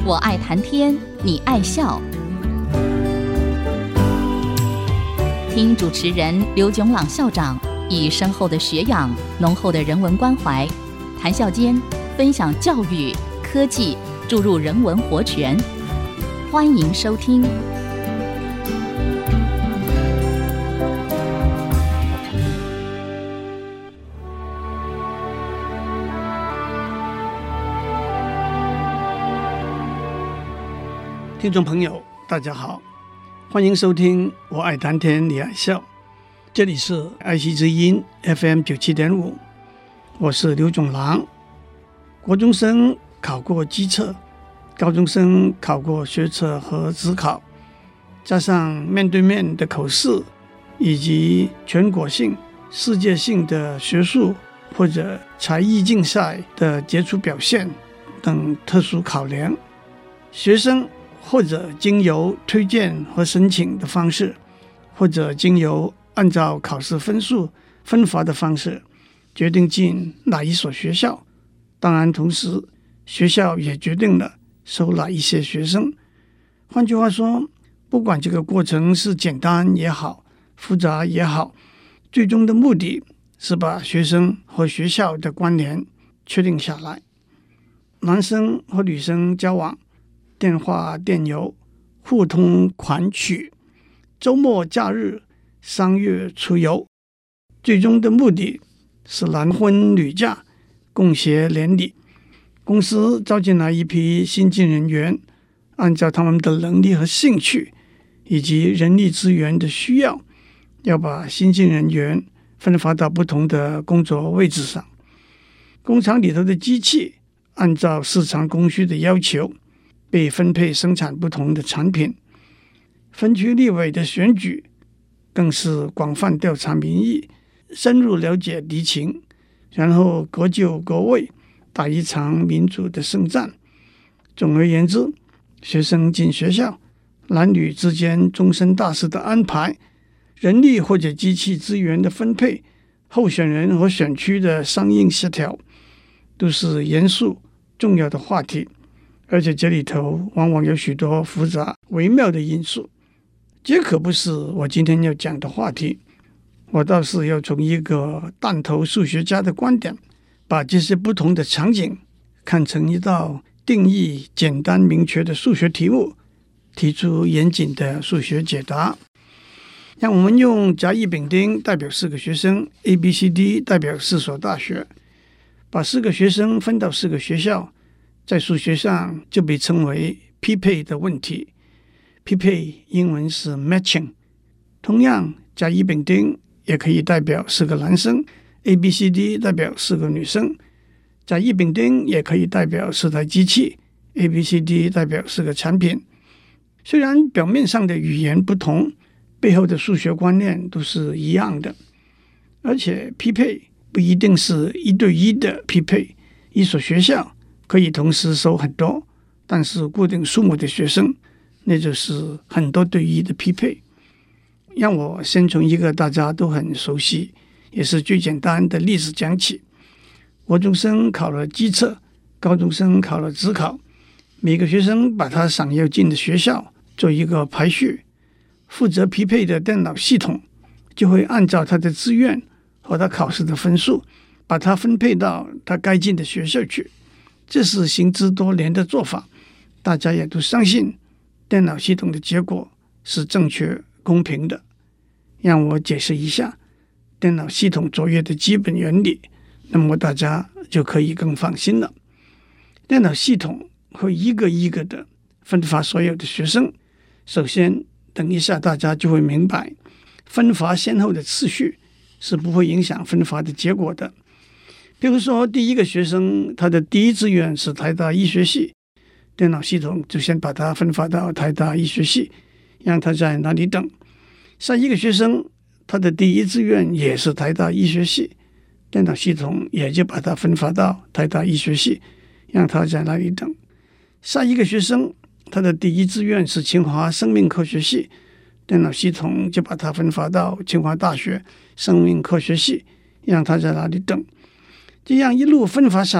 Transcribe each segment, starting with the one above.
我爱谈天，你爱笑。听主持人刘炯朗校长以深厚的学养、浓厚的人文关怀，谈笑间分享教育、科技，注入人文活泉。欢迎收听。 听众朋友大家好，欢迎收听我爱谈天你爱笑，这里是爱惜之音 FM 97.5，我是刘炯朗。国中生考过基测，高中生考过学测和指考，加上面对面的口试以及全国性、世界性的学术或者才艺竞赛的杰出表现等特殊考量，学生或者经由推荐和申请的方式，或者经由按照考试分数分发的方式决定进哪一所学校。当然同时学校也决定了收哪一些学生。换句话说，不管这个过程是简单也好，复杂也好，最终的目的是把学生和学校的关联确定下来。男生和女生交往，电话电邮，互通款曲，周末假日，商业出游，最终的目的是男婚女嫁，共携连理。公司招进来一批新进人员，按照他们的能力和兴趣以及人力资源的需要，要把新进人员分发到不同的工作位置上。工厂里头的机器按照市场供需的要求被分配生产不同的产品。分区立委的选举更是广泛调查民意，深入了解敌情，然后各就各位，打一场民主的胜战。总而言之，学生进学校，男女之间终身大事的安排，人力或者机器资源的分配，候选人和选区的相应协调，都是严肃重要的话题。而且这里头往往有许多复杂微妙的因素，这可不是我今天要讲的话题。我倒是要从一个弹头数学家的观点，把这些不同的场景看成一道定义简单明确的数学题目，提出严谨的数学解答。让我们用甲乙丙丁代表4个学生， ABCD 代表4所大学，把4个学生分到4个学校，在数学上就被称为匹配的问题。匹配英文是 matching。 同样，甲乙丙丁也可以代表4个男生， ABCD 代表4个女生。甲乙丙丁也可以代表4台机器， ABCD 代表4个产品。虽然表面上的语言不同，背后的数学观念都是一样的。而且匹配不一定是1对1的匹配，一所学校可以同时收很多，但是固定数目的学生，那就是很多对1的匹配。让我先从一个大家都很熟悉，也是最简单的例子讲起。国中生考了基测，高中生考了指考，每个学生把他想要进的学校做一个排序，负责匹配的电脑系统就会按照他的志愿和他考试的分数，把他分配到他该进的学校去。这是行之多年的做法，大家也都相信电脑系统的结果是正确公平的。让我解释一下电脑系统作业的基本原理，那么大家就可以更放心了。电脑系统会一个一个的分发所有的学生。首先，等一下大家就会明白，分发先后的次序是不会影响分发的结果的。比如说，第一个学生他的第一志愿是台大医学系，电脑系统就先把他分发到台大医学系，让他在那里等。下一个学生他的第一志愿也是台大医学系，电脑系统也就把他分发到台大医学系，让他在那里等。下一个学生他的第一志愿是清华生命科学系，电脑系统就把他分发到清华大学生命科学系，让他在那里等。这样一路分发下来，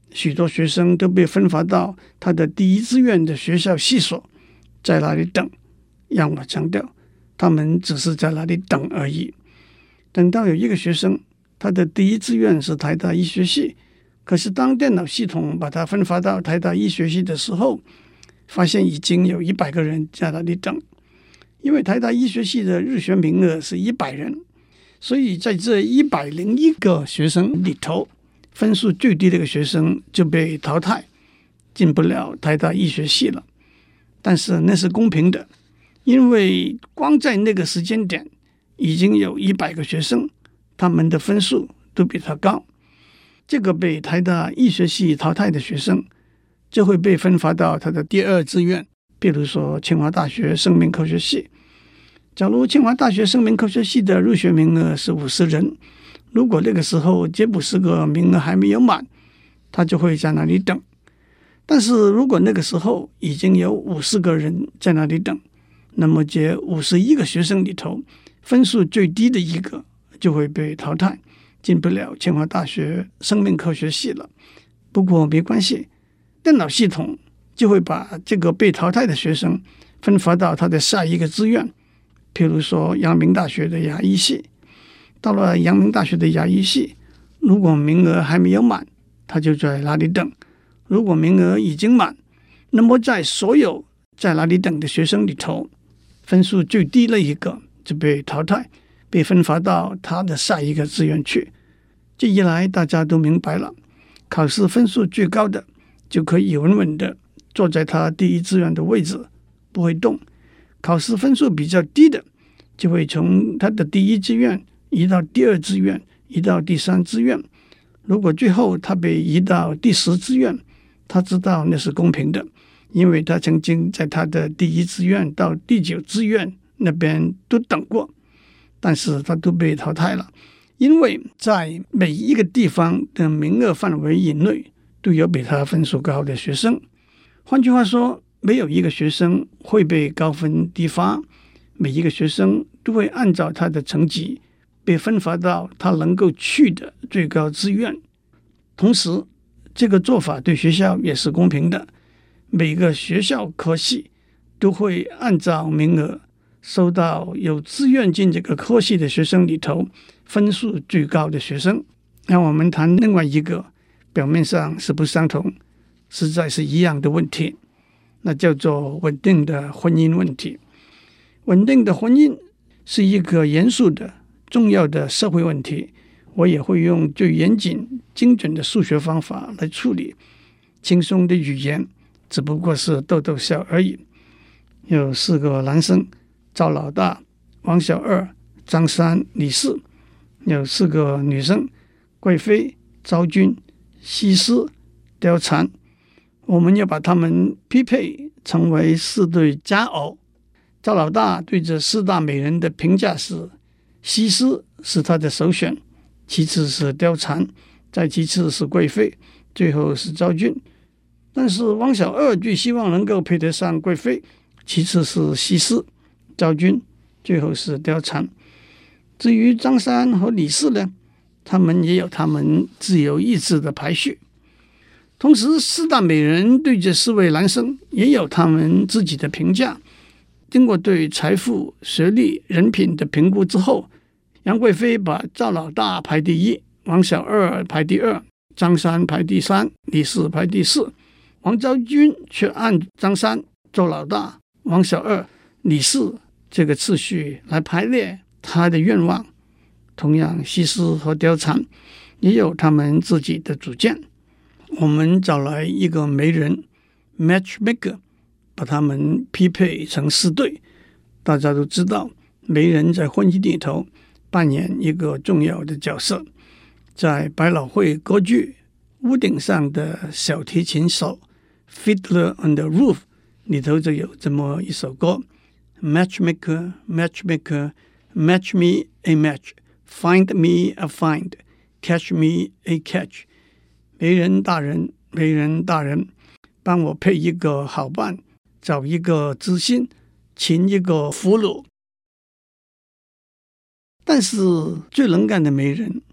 许多学生都被分发到他的第一志愿的学校系所，在那里等。让我强调，他们只是在那里等而已。等到有一个学生，他的第一志愿是台大医学系，可是当电脑系统把他分发到台大医学系的时候，发现已经有100个人在那里等。因为台大医学系的入学名额是100人，所以在这101个学生里头，分数最低的一个学生就被淘汰，进不了台大医学系了。但是那是公平的，因为光在那个时间点已经有100个学生，他们的分数都比他高。这个被台大医学系淘汰的学生就会被分发到他的第二志愿，比如说清华大学生命科学系。假如清华大学生命科学系的入学名额是50人，如果那个时候这50个名额还没有满，他就会在那里等。但是如果那个时候已经有50个人在那里等，那么这51个学生里头，分数最低的一个就会被淘汰，进不了清华大学生命科学系了。不过没关系，电脑系统就会把这个被淘汰的学生分发到他的下一个志愿，譬如说阳明大学的牙医系。到了阳明大学的牙医系，如果名额还没有满，他就在那里等；如果名额已经满，那么在所有在那里等的学生里头，分数最低的一个就被淘汰，被分发到他的下一个志愿去。这一来大家都明白了，考试分数最高的就可以稳稳的坐在他第一志愿的位置，不会动；考试分数比较低的就会从他的第一志愿移到第二志愿，移到第三志愿。如果最后他被移到第10志愿，他知道那是公平的，因为他曾经在他的第一志愿到第9志愿那边都等过，但是他都被淘汰了。因为在每一个地方的名额范围以内都有比他分数高的学生。换句话说，没有一个学生会被高分低发，每一个学生都会按照他的成绩被分发到他能够去的最高志愿。同时，这个做法对学校也是公平的，每个学校科系都会按照名额收到有志愿进这个科系的学生里头分数最高的学生。让我们谈另外一个表面上是不相同，实在是一样的问题，那叫做稳定的婚姻问题。稳定的婚姻是一个严肃的重要的社会问题，我也会用最严谨精准的数学方法来处理，轻松的语言只不过是逗逗笑而已。有4个男生，赵老大、王小二、张三、李四；有4个女生，贵妃、昭君、西施、貂蝉。我们要把他们匹配成为4对佳偶。赵老大对这4大美人的评价是：西施是他的首选，其次是貂蝉，再其次是贵妃，最后是昭君。但是王小二最希望能够配得上贵妃，其次是西施、昭君，最后是貂蝉。至于张三和李四呢，他们也有他们自由意志的排序。同时4大美人对这4位男生也有他们自己的评价。经过对财富、学历、人品的评估之后，杨贵妃把赵老大排第1，王小二排第2，张三排第3，李四排第4。王昭君却按张三、周老大、王小二、李四这个次序来排列他的愿望。同样，西施和貂蝉也有他们自己的主见。我们找来一个媒人 matchmaker， 把他们匹配成4对。大家都知道，媒人在婚姻里头扮演一个重要的角色。在百老汇歌剧《屋顶上的小提琴手》Fiddler on the Roof 里头就有这么一首歌 Matchmaker, Matchmaker, Match me a match, Find me a find, Catch me a catch。 媒人大人，媒人大人，帮我配一个好伴，找一个知心，擒一个俘虏。但是最能干的媒人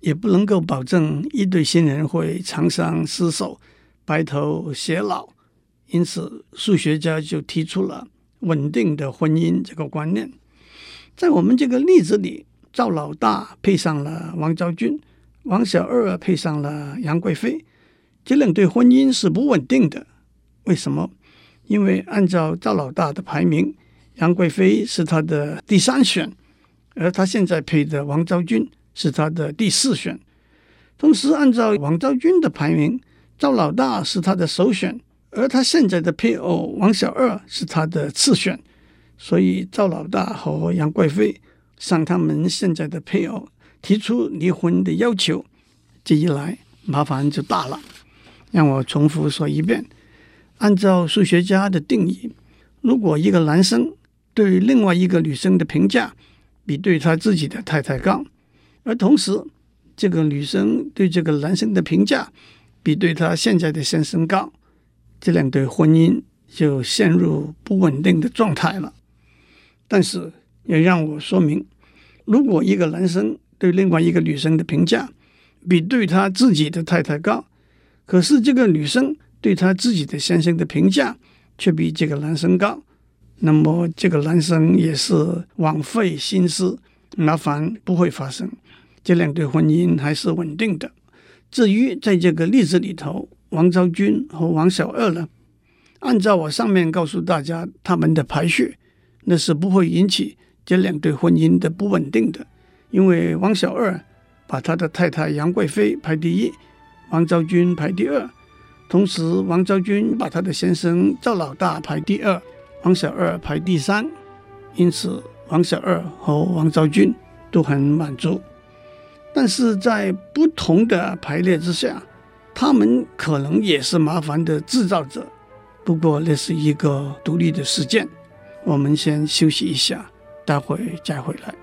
也不能够保证一对新人会长相厮守、白头偕老。因此数学家就提出了稳定的婚姻这个观念。在我们这个例子里，赵老大配上了王昭君，王小二配上了杨贵妃，这两对婚姻是不稳定的。为什么？因为按照赵老大的排名，杨贵妃是他的第3选，而他现在配的王昭君是他的第4选。同时按照王昭君的排名，赵老大是他的首选，而他现在的配偶王小二是他的次选。所以赵老大和杨贵妃向他们现在的配偶提出离婚的要求，这一来麻烦就大了。让我重复说一遍，按照数学家的定义，如果一个男生对另外一个女生的评价比对他自己的太太高，而同时这个女生对这个男生的评价比对他现在的先生高，这两对婚姻就陷入不稳定的状态了。但是也让我说明，如果一个男生对另外一个女生的评价比对他自己的太太高，可是这个女生对他自己的先生的评价却比这个男生高，那么这个男生也是枉费心思，麻烦不会发生，这两对婚姻还是稳定的。至于在这个例子里头，王昭君和王小二呢，按照我上面告诉大家他们的排序，那是不会引起这两对婚姻的不稳定的。因为王小二把他的太太杨贵妃排第一，王昭君排第二，同时王昭君把他的先生赵老大排第二，王小二排第三，因此王小二和王昭君都很满足。但是在不同的排列之下，他们可能也是麻烦的制造者，不过那是一个独立的事件。我们先休息一下，待会再回来。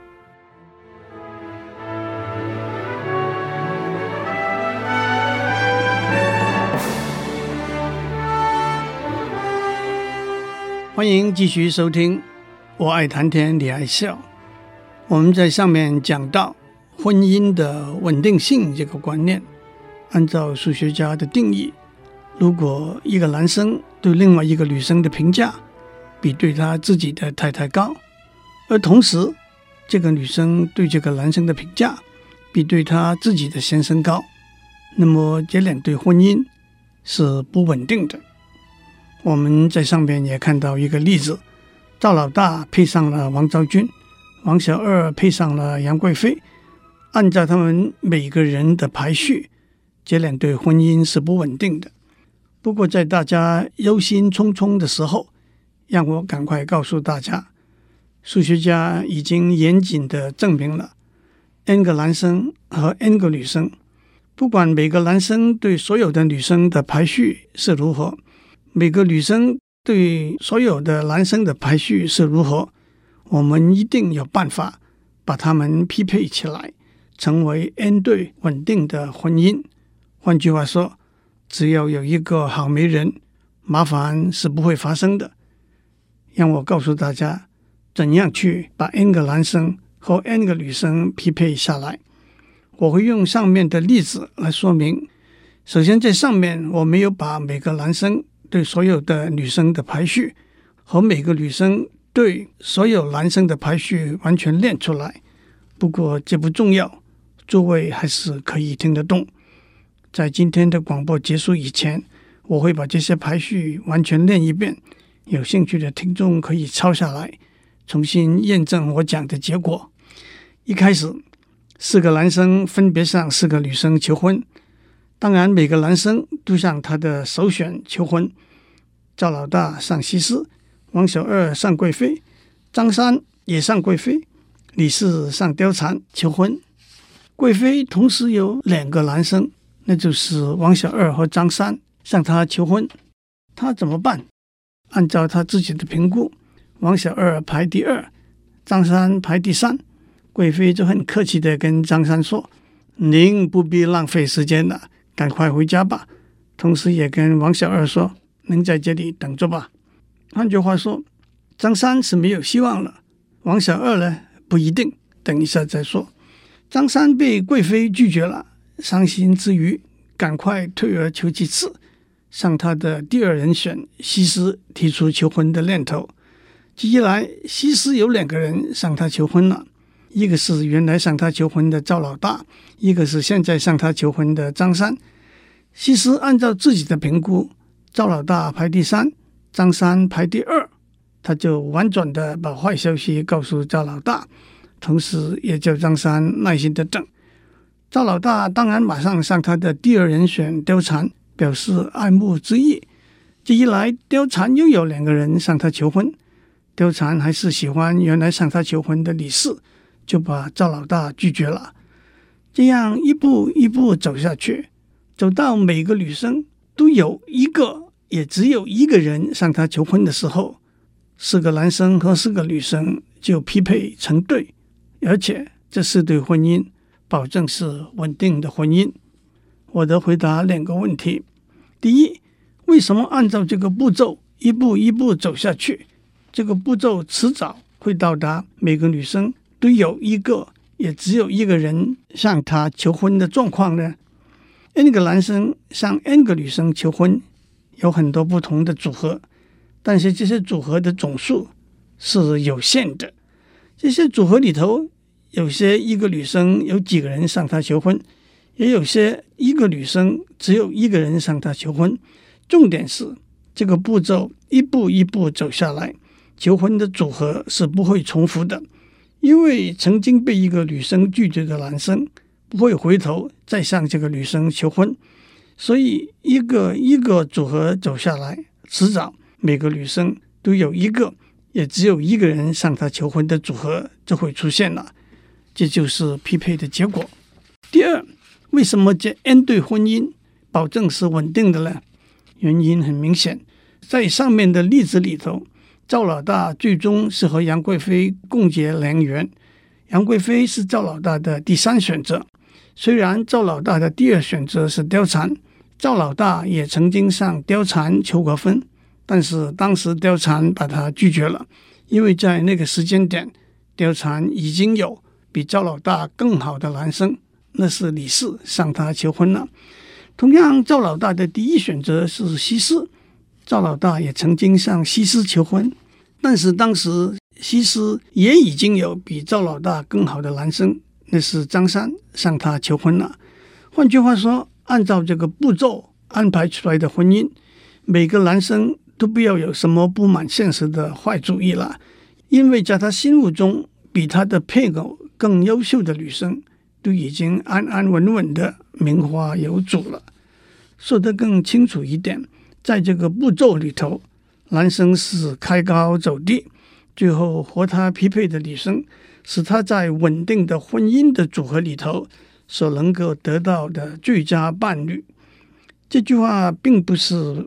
欢迎继续收听我爱谈天你爱笑。我们在上面讲到婚姻的稳定性这个观念，按照数学家的定义，如果一个男生对另外一个女生的评价比对他自己的太太高，而同时这个女生对这个男生的评价比对他自己的先生高，那么这两对婚姻是不稳定的。我们在上面也看到一个例子，赵老大配上了王昭君，王小二配上了杨贵妃，按照他们每个人的排序，这两对婚姻是不稳定的。不过在大家忧心忡忡的时候，让我赶快告诉大家，数学家已经严谨地证明了 N 个男生和 N 个女生，不管每个男生对所有的女生的排序是如何，每个女生对所有的男生的排序是如何，我们一定有办法把它们匹配起来，成为 N 对稳定的婚姻。换句话说，只要有一个好媒人，麻烦是不会发生的。让我告诉大家怎样去把 N 个男生和 N 个女生匹配下来。我会用上面的例子来说明。首先在上面我没有把每个男生对所有的女生的排序和每个女生对所有男生的排序完全练出来，不过这不重要，诸位还是可以听得懂。在今天的广播结束以前，我会把这些排序完全练一遍，有兴趣的听众可以抄下来，重新验证我讲的结果。一开始4个男生分别向4个女生求婚，当然每个男生都向他的首选求婚。赵老大上西施，王小二上贵妃，张三也上贵妃，李四上貂蝉求婚。贵妃同时有2个男生，那就是王小二和张三向他求婚，他怎么办？按照他自己的评估，王小二排第2，张三排第3。贵妃就很客气地跟张三说，您不必浪费时间了，赶快回家吧。同时也跟王小二说，您在这里等着吧。换句话说，张三是没有希望了，王小二呢不一定，等一下再说。 张三被贵妃拒绝了，伤心之余，赶快退而求其次，向他的第二人选西施提出求婚的念头。接下来，西施有2个人向他求婚了，一个是原来向他求婚的赵老大，一个是现在向他求婚的张三。西施按照自己的评估，赵老大排第3，张三排第2，他就婉转地把坏消息告诉赵老大，同时也叫张三耐心的等。赵老大当然马上向他的第二人选貂蝉表示爱慕之意。这一来，貂蝉又有2个人向他求婚。貂蝉还是喜欢原来向他求婚的李氏，就把赵老大拒绝了。这样一步一步走下去，走到每个女生都有一个也只有一个人向他求婚的时候，4个男生和4个女生就匹配成对，而且这4对婚姻保证是稳定的婚姻。我的回答2个问题：第一，为什么按照这个步骤一步一步走下去，这个步骤迟早会到达每个女生都有一个也只有一个人向他求婚的状况呢？ N 个男生向 N 个女生求婚，有很多不同的组合，但是这些组合的总数是有限的。这些组合里头，有些一个女生有几个人向他求婚，也有些一个女生只有一个人向他求婚。重点是这个步骤一步一步走下来，求婚的组合是不会重复的，因为曾经被一个女生拒绝的男生不会回头再向这个女生求婚，所以一个一个组合走下来，迟早每个女生都有一个也只有一个人向她求婚的组合就会出现了，这就是匹配的结果。第二，为什么这 N 对婚姻保证是稳定的呢？原因很明显，在上面的例子里头，赵老大最终是和杨贵妃共结良缘，杨贵妃是赵老大的第3选择。虽然赵老大的第2选择是貂蝉，赵老大也曾经向貂蝉求过婚，但是当时貂蝉把他拒绝了，因为在那个时间点，貂蝉已经有比赵老大更好的男生，那是李氏向他求婚了。同样，赵老大的第1选择是西施，赵老大也曾经向西施求婚，但是当时西施也已经有比赵老大更好的男生，那是张三向他求婚了。换句话说，按照这个步骤安排出来的婚姻，每个男生都不要有什么不满现实的坏主意了，因为在他心目中比他的配偶更优秀的女生都已经安安稳稳的名花有主了。说得更清楚一点，在这个步骤里头，男生是开高走低，最后和他匹配的女生是他在稳定的婚姻的组合里头所能够得到的最佳伴侣。这句话并不是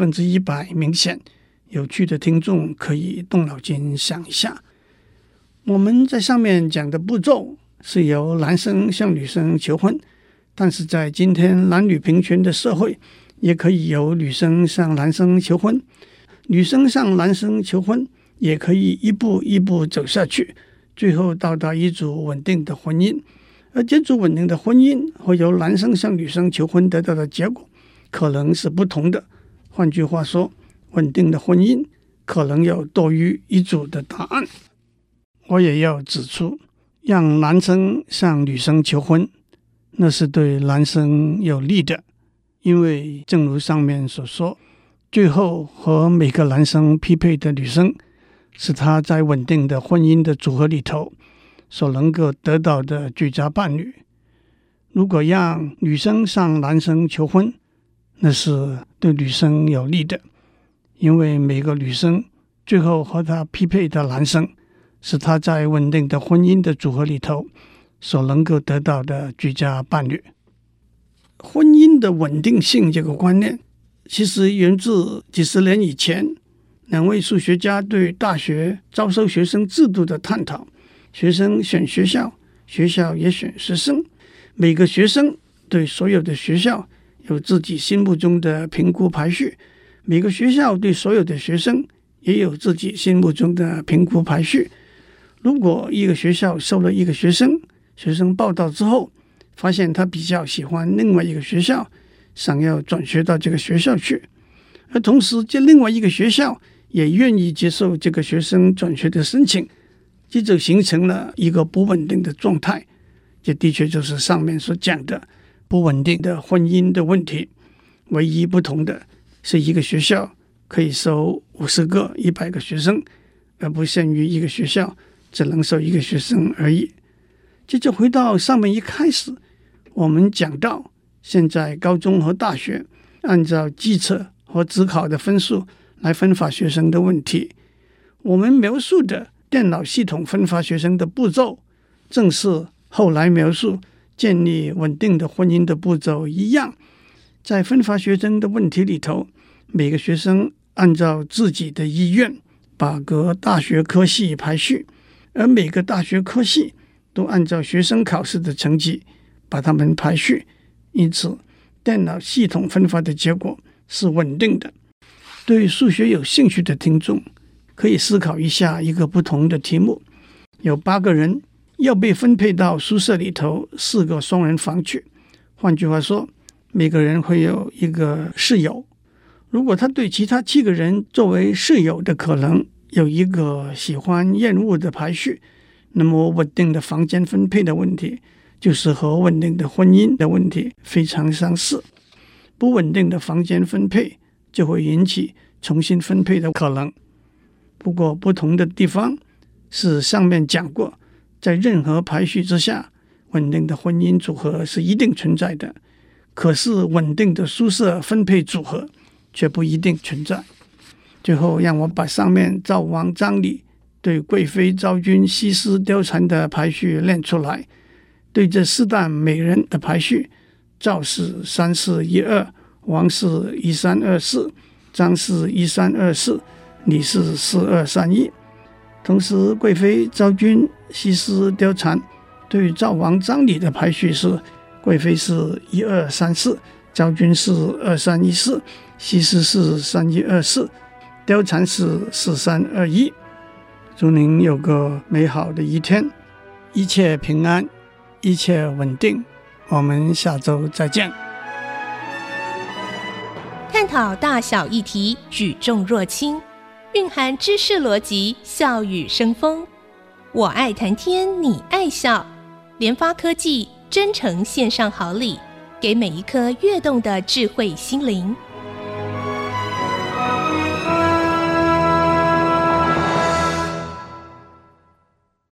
100%明显，有趣的听众可以动脑筋想一下。我们在上面讲的步骤是由男生向女生求婚，但是在今天男女平权的社会，也可以由女生向男生求婚，女生向男生求婚也可以一步一步走下去，最后到达一组稳定的婚姻。而这组稳定的婚姻和由男生向女生求婚得到的结果可能是不同的。换句话说，稳定的婚姻可能有多于一组的答案。我也要指出，让男生向女生求婚，那是对男生有利的，因为正如上面所说，最后和每个男生匹配的女生是他在稳定的婚姻的组合里头所能够得到的最佳伴侣。如果让女生向男生求婚，那是对女生有利的，因为每个女生最后和他匹配的男生是他在稳定的婚姻的组合里头所能够得到的最佳伴侣。婚姻的稳定性这个观念其实源自几十年以前2位数学家对大学招收学生制度的探讨。学生选学校，学校也选学生，每个学生对所有的学校有自己心目中的评估排序，每个学校对所有的学生也有自己心目中的评估排序。如果一个学校收了一个学生， 学生报到之后，发现他比较喜欢另外一个学校，想要转学到这个学校去，而同时这另外一个学校也愿意接受这个学生转学的申请，这就形成了一个不稳定的状态。这的确就是上面所讲的不稳定的婚姻的问题。唯一不同的是，一个学校可以收50个、100个学生，而不限于一个学校只能收一个学生而已。这就回到上面一开始我们讲到，现在高中和大学按照基测和指考的分数来分发学生的问题。我们描述的电脑系统分发学生的步骤，正是后来描述建立稳定的婚姻的步骤一样。在分发学生的问题里头，每个学生按照自己的意愿把各大学科系排序，而每个大学科系都按照学生考试的成绩把它们排序，因此电脑系统分发的结果是稳定的。对数学有兴趣的听众可以思考一下一个不同的题目，有8个人要被分配到宿舍里头4个双人房去，换句话说，每个人会有一个室友。如果他对其他7个人作为室友的可能有一个喜欢厌恶的排序，那么稳定的房间分配的问题就是和稳定的婚姻的问题非常相似。不稳定的房间分配就会引起重新分配的可能。不过不同的地方是，上面讲过，在任何排序之下，稳定的婚姻组合是一定存在的，可是稳定的宿舍分配组合却不一定存在。最后让我把上面赵王张李对贵妃昭君西施貂蝉的排序练出来。对这4大美人的排序，赵氏3412，王氏1324，张氏1324，李氏4231。同时贵妃昭君西施貂蝉对赵王张李的排序是，贵妃是1234，昭君是2314，西施是3124，貂蝉是4321。祝您有个美好的一天，一切平安，一切稳定。我们下周再见。 探讨大小议题，举重若轻，蕴含知识逻辑，笑语生风。我爱谈天，你爱笑。联发科技真诚献上好礼，给每一颗跃动的智慧心灵。